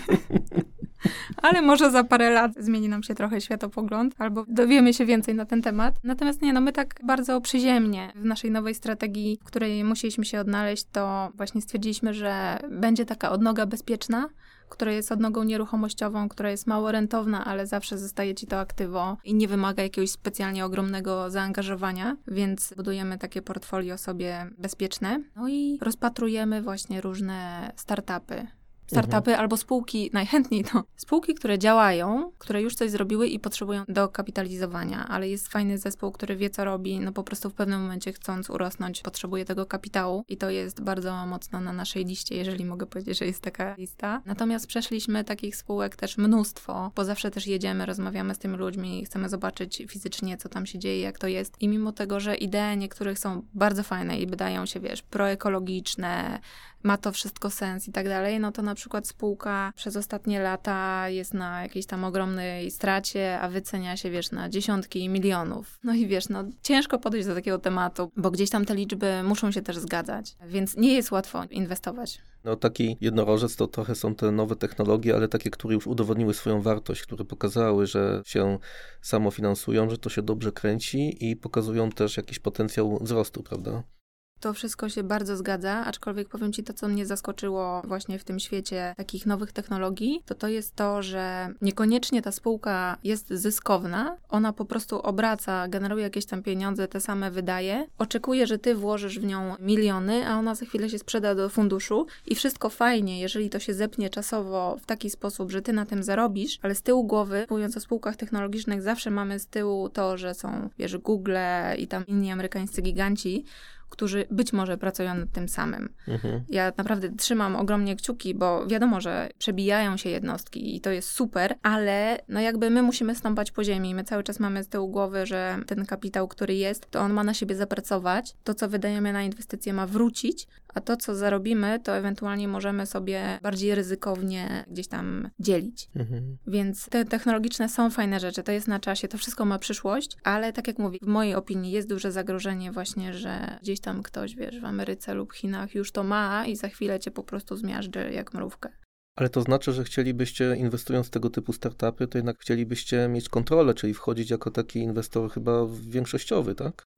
Ale może za parę lat zmieni nam się trochę światopogląd, albo dowiemy się więcej na ten temat. Natomiast nie, no my tak bardzo przyziemnie w naszej nowej strategii, w której musieliśmy się odnaleźć, to właśnie stwierdziliśmy, że będzie taka odnoga bezpieczna, która jest odnogą nieruchomościową, która jest mało rentowna, ale zawsze zostaje ci to aktywo i nie wymaga jakiegoś specjalnie ogromnego zaangażowania, więc budujemy takie portfolio sobie bezpieczne. No i rozpatrujemy właśnie różne startupy. Startupy mhm. albo spółki, najchętniej to spółki, które działają, które już coś zrobiły i potrzebują dokapitalizowania, ale jest fajny zespół, który wie, co robi, no po prostu w pewnym momencie chcąc urosnąć, potrzebuje tego kapitału i to jest bardzo mocno na naszej liście, jeżeli mogę powiedzieć, że jest taka lista. Natomiast przeszliśmy takich spółek też mnóstwo, bo zawsze też jedziemy, rozmawiamy z tymi ludźmi, chcemy zobaczyć fizycznie, co tam się dzieje, jak to jest i mimo tego, że idee niektórych są bardzo fajne i wydają się, wiesz, proekologiczne, ma to wszystko sens i tak dalej, no to na przykład spółka przez ostatnie lata jest na jakiejś tam ogromnej stracie, a wycenia się, wiesz, na dziesiątki milionów. No i wiesz, no ciężko podejść do takiego tematu, bo gdzieś tam te liczby muszą się też zgadzać, więc nie jest łatwo inwestować. No taki jednorożec to trochę są te nowe technologie, ale takie, które już udowodniły swoją wartość, które pokazały, że się samofinansują, że to się dobrze kręci i pokazują też jakiś potencjał wzrostu, prawda? To wszystko się bardzo zgadza, aczkolwiek powiem ci to, co mnie zaskoczyło właśnie w tym świecie takich nowych technologii, to to jest to, że niekoniecznie ta spółka jest zyskowna, ona po prostu obraca, generuje jakieś tam pieniądze, te same wydaje, oczekuje, że ty włożysz w nią miliony, a ona za chwilę się sprzeda do funduszu i wszystko fajnie, jeżeli to się zepnie czasowo w taki sposób, że ty na tym zarobisz, ale z tyłu głowy, mówiąc o spółkach technologicznych, zawsze mamy z tyłu to, że są, wiesz, Google i tam inni amerykańscy giganci, którzy być może pracują nad tym samym. Mhm. Ja naprawdę trzymam ogromnie kciuki, bo wiadomo, że przebijają się jednostki i to jest super, ale no jakby my musimy stąpać po ziemi. My cały czas mamy z tyłu głowy, że ten kapitał, który jest, to on ma na siebie zapracować. To, co wydajemy na inwestycje, ma wrócić, a to, co zarobimy, to ewentualnie możemy sobie bardziej ryzykownie gdzieś tam dzielić. Mhm. Więc te technologiczne są fajne rzeczy, to jest na czasie, to wszystko ma przyszłość, ale tak jak mówię, w mojej opinii jest duże zagrożenie właśnie, że gdzieś tam ktoś, wiesz, w Ameryce lub Chinach już to ma i za chwilę cię po prostu zmiażdży jak mrówkę. Ale to znaczy, że chcielibyście, inwestując w tego typu startupy, to jednak chcielibyście mieć kontrolę, czyli wchodzić jako taki inwestor chyba większościowy, tak?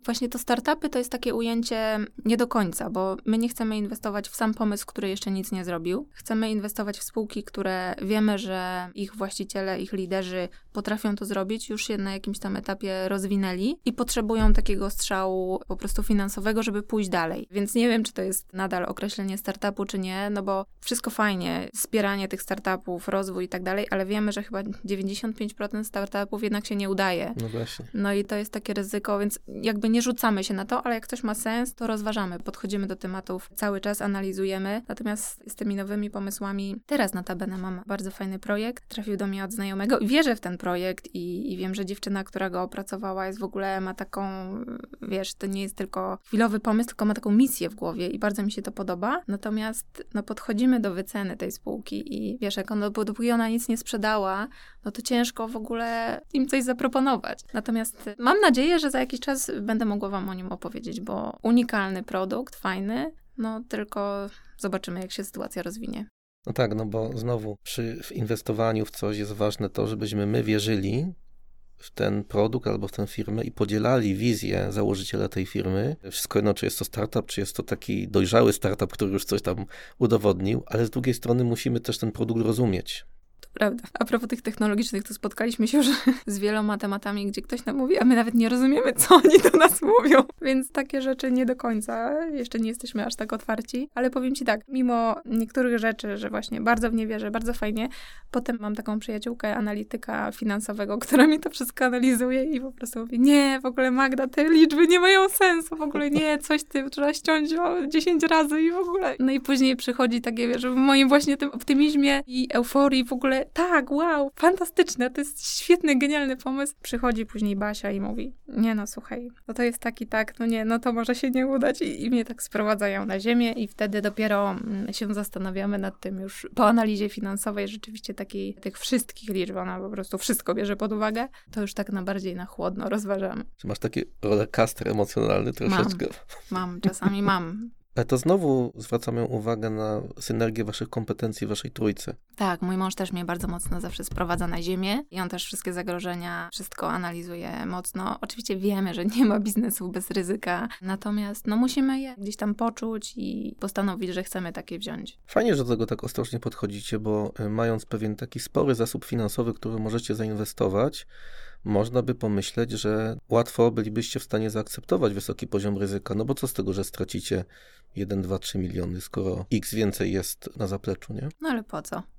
Właśnie to startupy to jest takie ujęcie nie do końca, bo my nie chcemy inwestować w sam pomysł, który jeszcze nic nie zrobił. Chcemy inwestować w spółki, które wiemy, że ich właściciele, ich liderzy potrafią to zrobić, już się na jakimś tam etapie rozwinęli i potrzebują takiego strzału po prostu finansowego, żeby pójść dalej. Więc nie wiem, czy to jest nadal określenie startupu, czy nie, no bo wszystko fajnie, wspieranie tych startupów, rozwój i tak dalej, ale wiemy, że chyba dziewięćdziesiąt pięć procent startupów jednak się nie udaje. No właśnie. No i to jest takie ryzyko, więc jakby nie rzucamy się na to, ale jak coś ma sens, to rozważamy, podchodzimy do tematów, cały czas analizujemy. Natomiast z tymi nowymi pomysłami, teraz notabene mam bardzo fajny projekt, trafił do mnie od znajomego i wierzę w ten projekt i, i wiem, że dziewczyna, która go opracowała jest w ogóle, ma taką, wiesz, to nie jest tylko chwilowy pomysł, tylko ma taką misję w głowie i bardzo mi się to podoba. Natomiast no, podchodzimy do wyceny tej spółki i wiesz, jak ona, bo dopóki ona nic nie sprzedała, no to ciężko w ogóle im coś zaproponować. Natomiast mam nadzieję, że za jakiś czas będę mogła wam o nim opowiedzieć, bo unikalny produkt, fajny, no tylko zobaczymy, jak się sytuacja rozwinie. No tak, no bo znowu przy inwestowaniu w coś jest ważne to, żebyśmy my wierzyli w ten produkt albo w tę firmę i podzielali wizję założyciela tej firmy. Wszystko jedno, czy jest to startup, czy jest to taki dojrzały startup, który już coś tam udowodnił, ale z drugiej strony musimy też ten produkt rozumieć. To prawda. A propos tych technologicznych, to spotkaliśmy się już z wieloma tematami, gdzie ktoś nam mówi, a my nawet nie rozumiemy, co oni do nas mówią. Więc takie rzeczy nie do końca. Jeszcze nie jesteśmy aż tak otwarci. Ale powiem ci tak, mimo niektórych rzeczy, że właśnie bardzo w nie wierzę, bardzo fajnie, potem mam taką przyjaciółkę analityka finansowego, która mi to wszystko analizuje i po prostu mówi, nie, w ogóle Magda, te liczby nie mają sensu, w ogóle nie, coś ty trzeba ściąć o dziesięć razy i w ogóle. No i później przychodzi takie, wiesz, w moim właśnie tym optymizmie i euforii w ogóle tak, wow, fantastyczne, to jest świetny, genialny pomysł. Przychodzi później Basia i mówi, nie no, słuchaj, no to jest tak i tak, no nie, no to może się nie udać i, i mnie tak sprowadzają na ziemię i wtedy dopiero mm, się zastanawiamy nad tym już po analizie finansowej, rzeczywiście takiej, tych wszystkich liczb, ona po prostu wszystko bierze pod uwagę, to już tak na bardziej na chłodno rozważamy. Czy masz taki rollercoaster emocjonalny troszeczkę? Mam, mam, czasami mam. Ale to znowu zwracamy uwagę na synergię waszych kompetencji, waszej trójcy. Tak, mój mąż też mnie bardzo mocno zawsze sprowadza na ziemię i on też wszystkie zagrożenia, wszystko analizuje mocno. Oczywiście wiemy, że nie ma biznesu bez ryzyka, natomiast no musimy je gdzieś tam poczuć i postanowić, że chcemy takie wziąć. Fajnie, że do tego tak ostrożnie podchodzicie, bo mając pewien taki spory zasób finansowy, który możecie zainwestować, można by pomyśleć, że łatwo bylibyście w stanie zaakceptować wysoki poziom ryzyka, no bo co z tego, że stracicie jeden, dwa, trzy miliony, skoro X więcej jest na zapleczu, nie? No ale po co?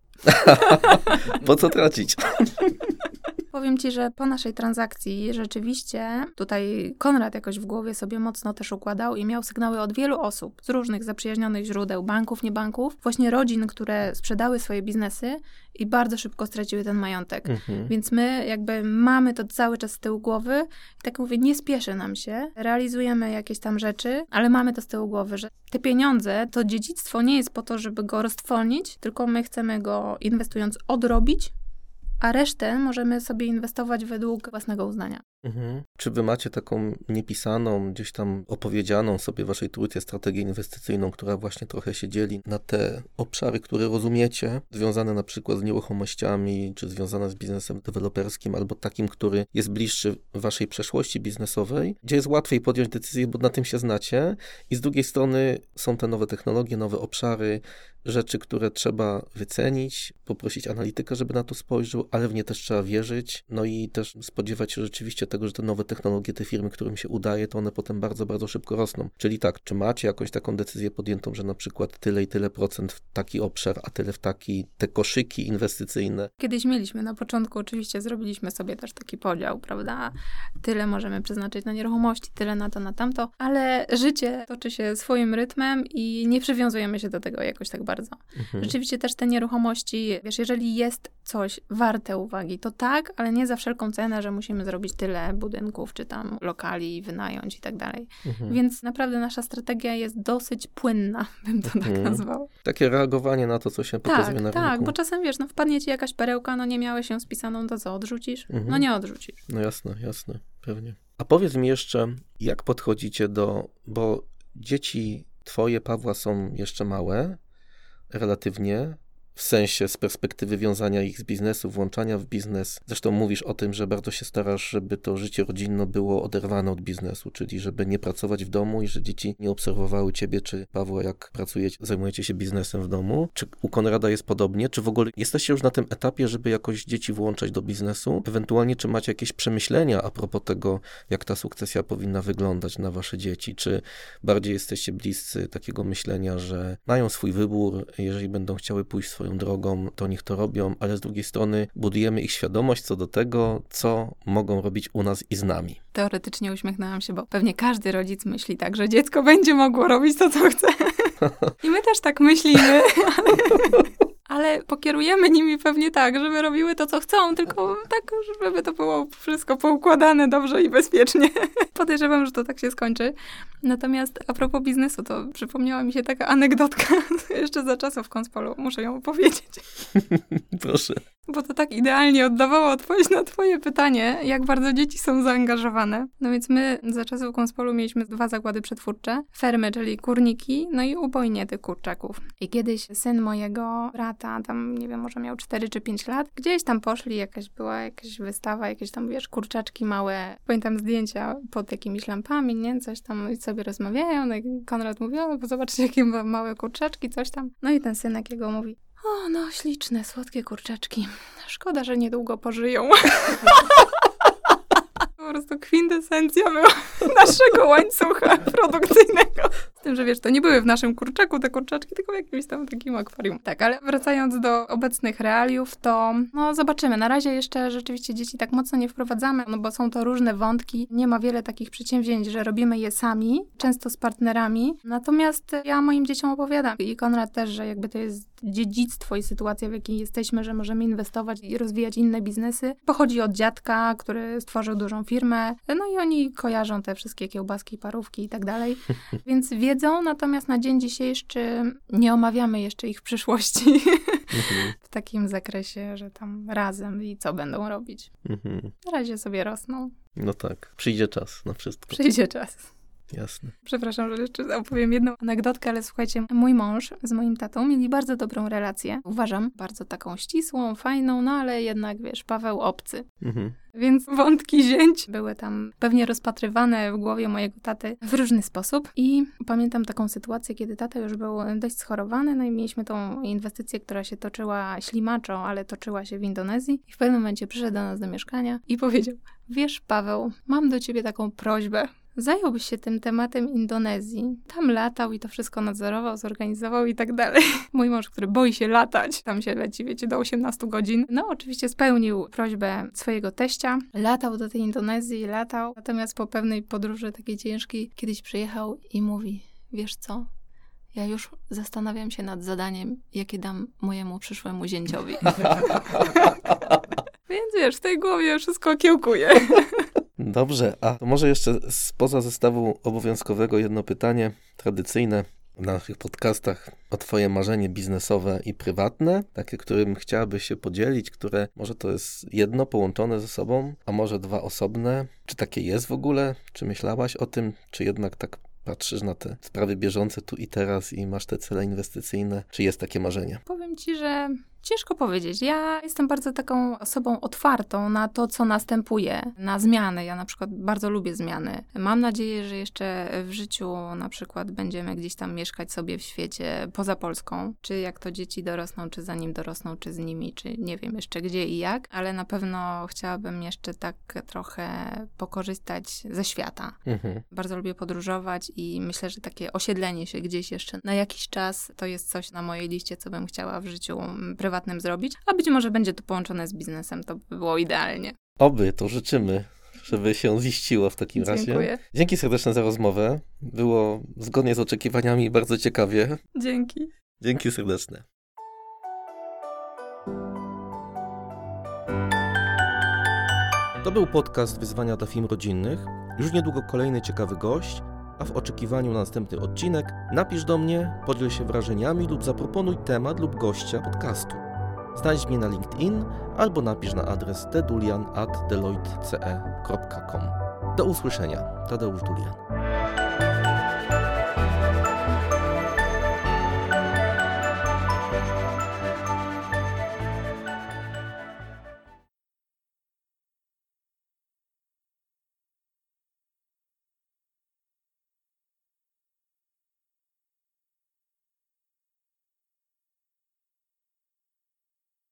Po co tracić? Powiem ci, że po naszej transakcji rzeczywiście tutaj Konrad jakoś w głowie sobie mocno też układał i miał sygnały od wielu osób z różnych zaprzyjaźnionych źródeł, banków, nie banków, właśnie rodzin, które sprzedały swoje biznesy i bardzo szybko straciły ten majątek. Mhm. Więc my jakby mamy to cały czas z tyłu głowy i tak mówię, nie spieszy nam się, realizujemy jakieś tam rzeczy, ale mamy to z tyłu głowy, że te pieniądze, to dziedzictwo nie jest po to, żeby go roztwonić, tylko my chcemy go inwestując odrobić, a resztę możemy sobie inwestować według własnego uznania. Mhm. Czy wy macie taką niepisaną, gdzieś tam opowiedzianą sobie waszej trójce strategię inwestycyjną, która właśnie trochę się dzieli na te obszary, które rozumiecie, związane na przykład z nieruchomościami, czy związane z biznesem deweloperskim, albo takim, który jest bliższy waszej przeszłości biznesowej, gdzie jest łatwiej podjąć decyzję, bo na tym się znacie, i z drugiej strony są te nowe technologie, nowe obszary, rzeczy, które trzeba wycenić, poprosić analityka, żeby na to spojrzał, ale w nie też trzeba wierzyć, no i też spodziewać się rzeczywiście tego, że te nowe technologie, te firmy, którym się udaje, to one potem bardzo, bardzo szybko rosną. Czyli tak, czy macie jakąś taką decyzję podjętą, że na przykład tyle i tyle procent w taki obszar, a tyle w taki, te koszyki inwestycyjne? Kiedyś mieliśmy, na początku oczywiście zrobiliśmy sobie też taki podział, prawda? Tyle możemy przeznaczyć na nieruchomości, tyle na to, na tamto, ale życie toczy się swoim rytmem i nie przywiązujemy się do tego jakoś tak bardzo. Mhm. Rzeczywiście też te nieruchomości, wiesz, jeżeli jest coś warte uwagi, to tak, ale nie za wszelką cenę, że musimy zrobić tyle budynków, czy tam lokali wynająć i tak dalej. Mhm. Więc naprawdę nasza strategia jest dosyć płynna, bym to mhm. tak nazwał. Takie reagowanie na to, co się pokazuje tak, na rynku. Tak, bo czasem, wiesz, no wpadnie ci jakaś perełka, no nie miałeś ją spisaną, to co, odrzucisz? Mhm. No nie odrzucisz. No jasne, jasne, pewnie. A powiedz mi jeszcze, jak podchodzicie do, bo dzieci twoje, Pawła, są jeszcze małe, relatywnie, w sensie z perspektywy wiązania ich z biznesu, włączania w biznes. Zresztą mówisz o tym, że bardzo się starasz, żeby to życie rodzinne było oderwane od biznesu, czyli żeby nie pracować w domu i że dzieci nie obserwowały ciebie czy Pawła, jak pracujecie, zajmujecie się biznesem w domu. Czy u Konrada jest podobnie? Czy w ogóle jesteście już na tym etapie, żeby jakoś dzieci włączać do biznesu? Ewentualnie, czy macie jakieś przemyślenia a propos tego, jak ta sukcesja powinna wyglądać na wasze dzieci? Czy bardziej jesteście bliscy takiego myślenia, że mają swój wybór, jeżeli będą chciały pójść swoją drogą, to niech to robią, ale z drugiej strony budujemy ich świadomość co do tego, co mogą robić u nas i z nami. Teoretycznie uśmiechnęłam się, bo pewnie każdy rodzic myśli tak, że dziecko będzie mogło robić to, co chce. I my też tak myślimy, ale, ale pokierujemy nimi pewnie tak, żeby robiły to, co chcą, tylko tak, żeby to było wszystko poukładane dobrze i bezpiecznie. Podejrzewam, że to tak się skończy. Natomiast a propos biznesu, to przypomniała mi się taka anegdotka jeszcze za czasów Konspolu. Muszę ją opowiedzieć. Proszę. Bo to tak idealnie oddawało odpowiedź na twoje pytanie, jak bardzo dzieci są zaangażowane. No więc my za czasów Konspolu mieliśmy dwa zakłady przetwórcze. Fermy, czyli kurniki, no i ubojnie tych kurczaków. I kiedyś syn mojego brata, tam nie wiem, może miał cztery czy pięć lat, gdzieś tam poszli, jakaś była jakaś wystawa, jakieś tam, wiesz, kurczaczki małe. Pamiętam zdjęcia pod jakimiś lampami, nie? Coś tam sobie rozmawiają. No i Konrad mówi, o, zobaczcie, jakie małe kurczaczki, coś tam. No i ten synek jego mówi, o, no, śliczne, słodkie kurczaczki. Szkoda, że niedługo pożyją. Po prostu kwintesencja była naszego łańcucha produkcyjnego. Z tym, że wiesz, to nie były w naszym kurczaku te kurczaczki, tylko w jakimś tam takim akwarium. Tak, ale wracając do obecnych realiów, to no zobaczymy. Na razie jeszcze rzeczywiście dzieci tak mocno nie wprowadzamy, no bo są to różne wątki. Nie ma wiele takich przedsięwzięć, że robimy je sami, często z partnerami. Natomiast ja moim dzieciom opowiadam i Konrad też, że jakby to jest dziedzictwo i sytuacja, w jakiej jesteśmy, że możemy inwestować i rozwijać inne biznesy. Pochodzi od dziadka, który stworzył dużą firmę, no i oni kojarzą te wszystkie kiełbaski, parówki i tak dalej, więc wiedzą, natomiast na dzień dzisiejszy nie omawiamy jeszcze ich przyszłości w takim zakresie, że tam razem i co będą robić. Na razie sobie rosną. No tak, przyjdzie czas na wszystko. Przyjdzie czas. Jasne. Przepraszam, że jeszcze opowiem jedną anegdotkę, ale słuchajcie, mój mąż z moim tatą mieli bardzo dobrą relację. Uważam, bardzo taką ścisłą, fajną, no ale jednak, wiesz, Paweł obcy. Mhm. Więc wątki zięć były tam pewnie rozpatrywane w głowie mojego taty w różny sposób. I pamiętam taką sytuację, kiedy tata już był dość schorowany, no i mieliśmy tą inwestycję, która się toczyła ślimaczą, ale toczyła się w Indonezji. I w pewnym momencie przyszedł do nas do mieszkania i powiedział, wiesz, Paweł, mam do ciebie taką prośbę. Zająłbyś się tym tematem Indonezji. Tam latał i to wszystko nadzorował, zorganizował i tak dalej. Mój mąż, który boi się latać, tam się leci, wiecie, do osiemnastu godzin. No oczywiście spełnił prośbę swojego teścia. Latał do tej Indonezji, latał. Natomiast po pewnej podróży takiej ciężkiej kiedyś przyjechał i mówi, wiesz co? Ja już zastanawiam się nad zadaniem, jakie dam mojemu przyszłemu zięciowi. Więc wiesz, w tej głowie wszystko kiełkuje. Dobrze, a to może jeszcze spoza zestawu obowiązkowego jedno pytanie tradycyjne w naszych podcastach o twoje marzenie biznesowe i prywatne, takie, którym chciałabyś się podzielić, które może to jest jedno połączone ze sobą, a może dwa osobne. Czy takie jest w ogóle? Czy myślałaś o tym? Czy jednak tak patrzysz na te sprawy bieżące tu i teraz i masz te cele inwestycyjne? Czy jest takie marzenie? Powiem ci, że ciężko powiedzieć. Ja jestem bardzo taką osobą otwartą na to, co następuje, na zmiany. Ja na przykład bardzo lubię zmiany. Mam nadzieję, że jeszcze w życiu na przykład będziemy gdzieś tam mieszkać sobie w świecie poza Polską. Czy jak to dzieci dorosną, czy zanim dorosną, czy z nimi, czy nie wiem jeszcze gdzie i jak. Ale na pewno chciałabym jeszcze tak trochę pokorzystać ze świata. Mhm. Bardzo lubię podróżować i myślę, że takie osiedlenie się gdzieś jeszcze na jakiś czas to jest coś na mojej liście, co bym chciała w życiu prywatnym prywatnym zrobić, a być może będzie to połączone z biznesem, to by było idealnie. Oby, to życzymy, żeby się ziściło w takim Dziękuję. razie. Dzięki serdeczne za rozmowę. Było zgodnie z oczekiwaniami bardzo ciekawie. Dzięki. Dzięki serdeczne. To był podcast Wyzwania dla Firm Rodzinnych. Już niedługo kolejny ciekawy gość, a w oczekiwaniu na następny odcinek napisz do mnie, podziel się wrażeniami lub zaproponuj temat lub gościa podcastu. Znajdź mnie na LinkedIn albo napisz na adres tedulian at deloitte c e kropka com. Do usłyszenia. Tadeusz Dulian.